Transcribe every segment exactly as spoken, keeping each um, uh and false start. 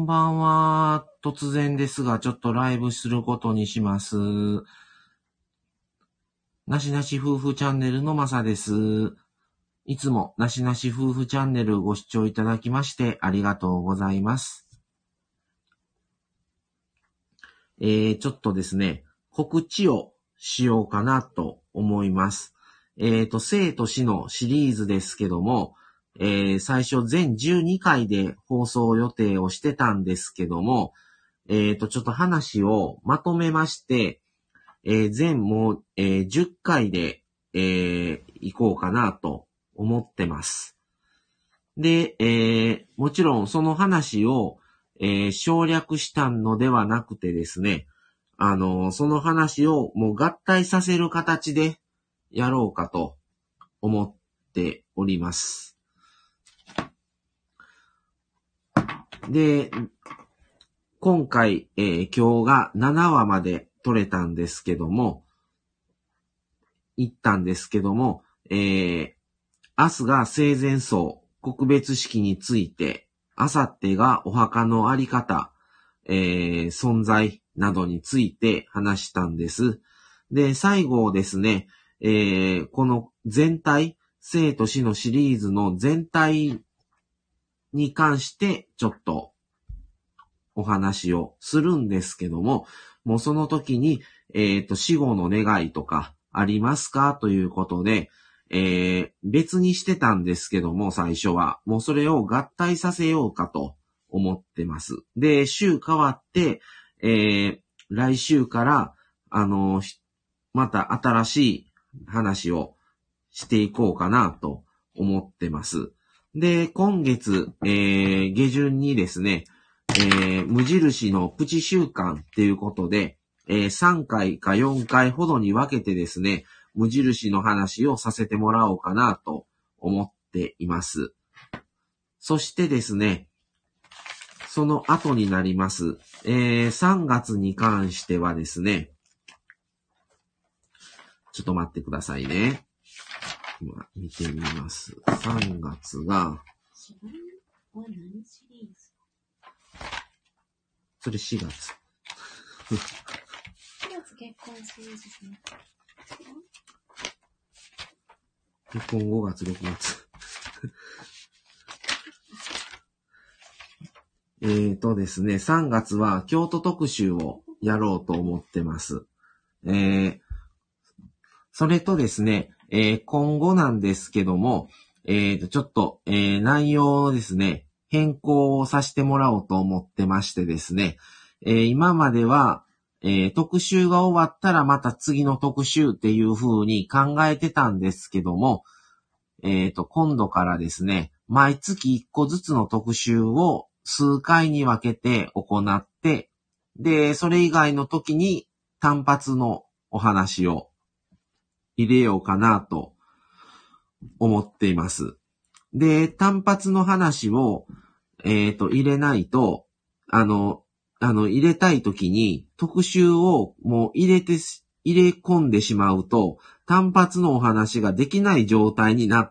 んばんは。突然ですが、ちょっとライブすることにします。なしなし夫婦チャンネルのまさです。いつもなしなし夫婦チャンネルご視聴いただきましてありがとうございます。えー、ちょっとですね、告知をしようかなと思います。えーと、生と死のシリーズですけども、えー、最初全じゅうにかいで放送予定をしてたんですけども、えーと、ちょっと話をまとめまして、えー、全もう、えー、じゅっかいで、えー、行こうかなと思ってます。で、えー、もちろんその話を、えー、省略したのではなくてですね、あのー、その話をもう合体させる形でやろうかと思っております。で、今回、えー、今日がななわまで撮れたんですけども、行ったんですけども、えー、明日が生前葬、告別式について、明後日がお墓のあり方、えー、存在などについて話したんです。で、最後ですね、えー、この全体、生と死のシリーズの全体に関してちょっとお話をするんですけども、もうその時に、えっと、死後の願いとかありますかということで、えー、別にしてたんですけども、最初は。もうそれを合体させようかと思ってます。で、週変わって、えー、来週から、あの、また新しい話をしていこうかなと思ってます。で、今月、えー、下旬にですね、えー、無印のプチ週間っていうことで、えー、さんかいかよんかいほどに分けてですね、無印の話をさせてもらおうかなと思っています。そしてですね、その後になります、えー、さんがつに関してはですね、ちょっと待ってくださいね。今見てみます。さんがつが、それしがつ。しがつ結婚シリーズですね。 結婚ごがつ、ろくがつ。えーとですね、さんがつは京都特集をやろうと思ってます。えー、それとですね、えー、今後なんですけども、えーと、ちょっと、えー、内容をですね、変更をさせてもらおうと思ってましてですね、えー、今までは、えー、特集が終わったらまた次の特集っていう風に考えてたんですけども、えーと、今度からですね、毎月いっこずつの特集を数回に分けて行って、で、それ以外の時に単発のお話を入れようかなと思っています。で、単発の話を、えっと、入れないと、あの、あの、入れたい時に特集をもう入れて、入れ込んでしまうと、単発のお話ができない状態になって、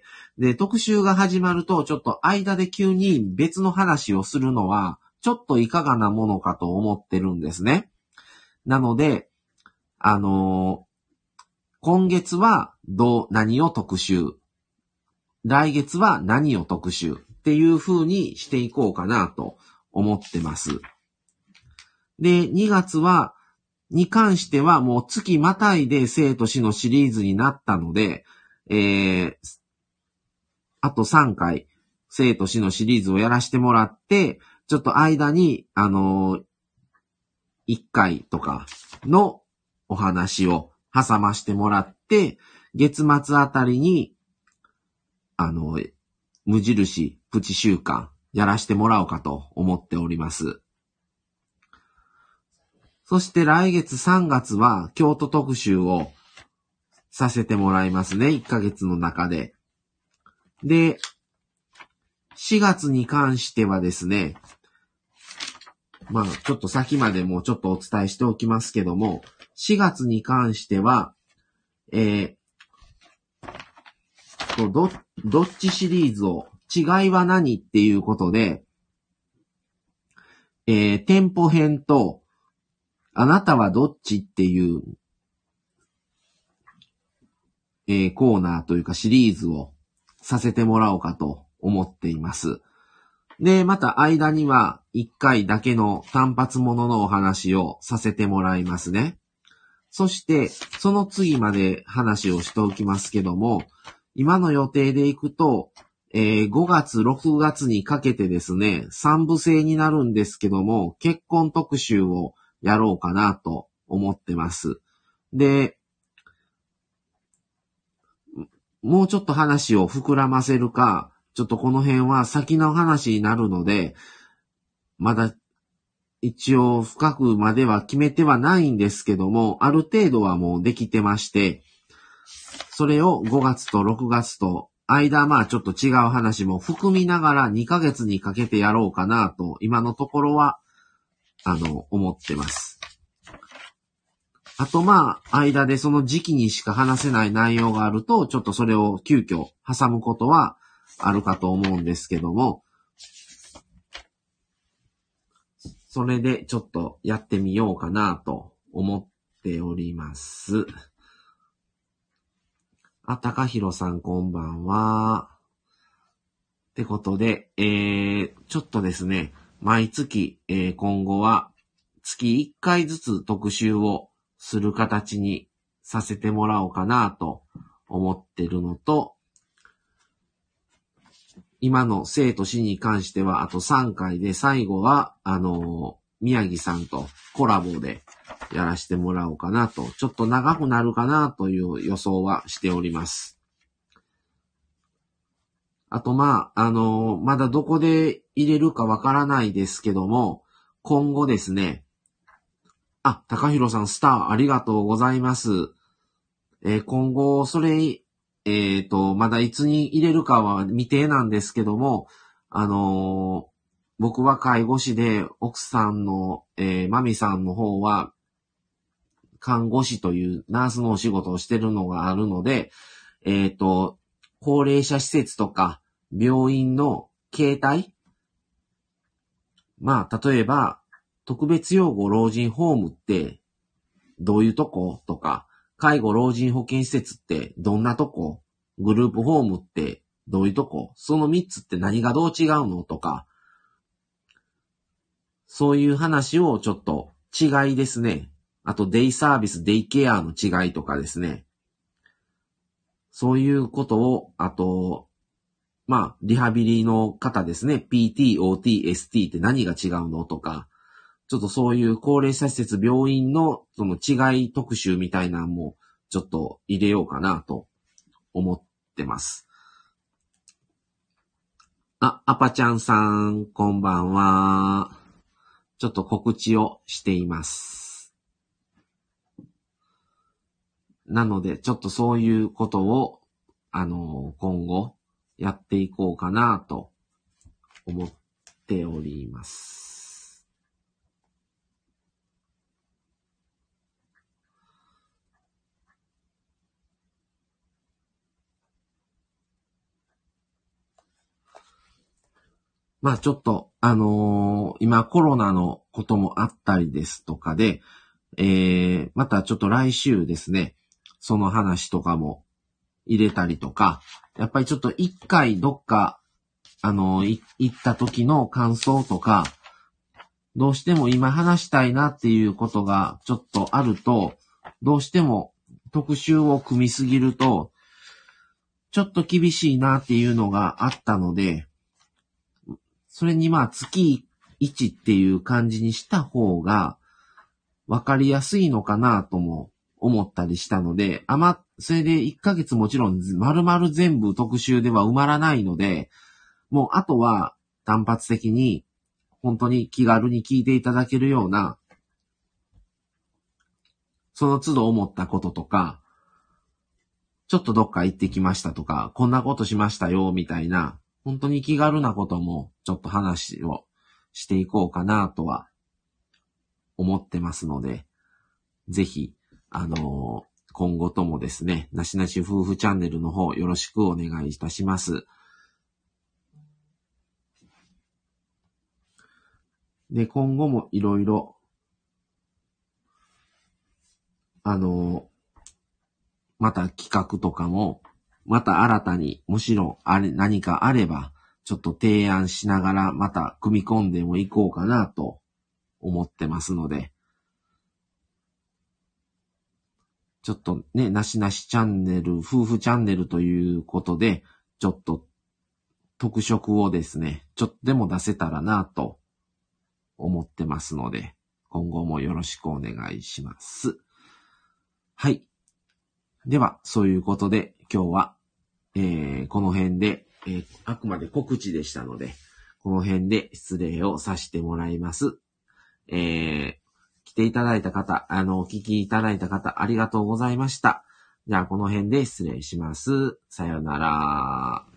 で、特集が始まると、ちょっと間で急に別の話をするのは、ちょっといかがなものかと思ってるんですね。なので、あのー今月はどう、何を特集、来月は何を特集っていう風にしていこうかなと思ってます。で、にがつは、に関してはもう月またいで生と死のシリーズになったので、えー、あとさんかい生と死のシリーズをやらせてもらって、ちょっと間に、あのー、いっかいとかのお話を挟ましてもらって、月末あたりに、あの、無印プチ週間やらしてもらおうかと思っております。そして来月さんがつは京都特集をさせてもらいますね。いっかげつの中で。で、しがつに関してはですね、まあちょっと先までもうちょっとお伝えしておきますけども、しがつに関しては、えー、ど、どっちシリーズを違いは何っていうことで、 えー、店舗編と、あなたはどっちっていう、えー、コーナーというかシリーズをさせてもらおうかと思っています。で、また間にはいっかいだけの単発もののお話をさせてもらいますね。そして、その次まで話をしておきますけども、今の予定でいくと、えー、ごがつ、ろくがつにかけてですね、さんぶ制になるんですけども、結婚特集をやろうかなと思ってます。で、もうちょっと話を膨らませるか、ちょっとこの辺は先の話になるので、まだ一応深くまでは決めてはないんですけども、ある程度はもうできてまして、それをごがつとろくがつと間、まあちょっと違う話も含みながらにかげつにかけてやろうかなと、今のところは、あの、思ってます。あとまあ、間でその時期にしか話せない内容があると、ちょっとそれを急遽挟むことはあるかと思うんですけども、それでちょっとやってみようかなと思っております。あ、高弘さんこんばんは。ってことで、えー、ちょっとですね、毎月、えー、今後は月いっかいずつ特集をする形にさせてもらおうかなと思ってるのと、今の生と死に関してはあとさんかいで最後は、あのー、宮城さんとコラボでやらせてもらおうかなと、ちょっと長くなるかなという予想はしております。あとまあ、あのー、まだどこで入れるかわからないですけども、今後ですね、あ、高弘さんスターありがとうございます。えー、今後、それ、えっと、まだいつに入れるかは未定なんですけども、あのー、僕は介護士で、奥さんの、えー、マミさんの方は、看護師というナースのお仕事をしてるのがあるので、えっと、高齢者施設とか、病院の形態、まあ、例えば、特別養護老人ホームって、どういうとことか、介護老人保健施設ってどんなとこ、グループホームってどういうとこ、そのみっつって何がどう違うのとか、そういう話をちょっと違いですね。あとデイサービス、デイケアの違いとかですね。そういうことを、あと、まあ、リハビリの方ですね。ピーティー、オーティー、エスティー って何が違うのとか、ちょっとそういう高齢者施設、病院のその違い特集みたいなのもちょっと入れようかなと思ってます。あ、アパちゃんさん、こんばんは。ちょっと告知をしています。なので、ちょっとそういうことを、あの、今後やっていこうかなと思っております。まあちょっと、あのー、今コロナのこともあったりですとかで、えー、またちょっと来週ですね、その話とかも入れたりとか、やっぱりちょっと一回どっか、あのー、行った時の感想とか、どうしても今話したいなっていうことがちょっとあると、どうしても特集を組みすぎると、ちょっと厳しいなっていうのがあったので、それにまあ月いちっていう感じにした方が分かりやすいのかなとも思ったりしたので、あま、それでいっかげつもちろん丸々全部特集では埋まらないので、もうあとは単発的に本当に気軽に聞いていただけるような、その都度思ったこととか、ちょっとどっか行ってきましたとか、こんなことしましたよみたいな、本当に気軽なこともちょっと話をしていこうかなとは思ってますので、ぜひ、あのー、今後ともですね、なしなし夫婦チャンネルの方よろしくお願いいたします。 で、今後もいろいろ、あの、また企画とかも、また新たに、むしろあれ、何かあれば、ちょっと提案しながら、また組み込んでもいこうかなと思ってますので、ちょっとね、なしなしチャンネル、夫婦チャンネルということで、ちょっと特色をですね、ちょっとでも出せたらなと思ってますので、今後もよろしくお願いします。はい。では、そういうことで今日は、えー、この辺で、えー、あくまで告知でしたので、この辺で失礼をさせてもらいます。えー、来ていただいた方、あの、お聞きいただいた方、ありがとうございました。じゃあ、この辺で失礼します。さよなら。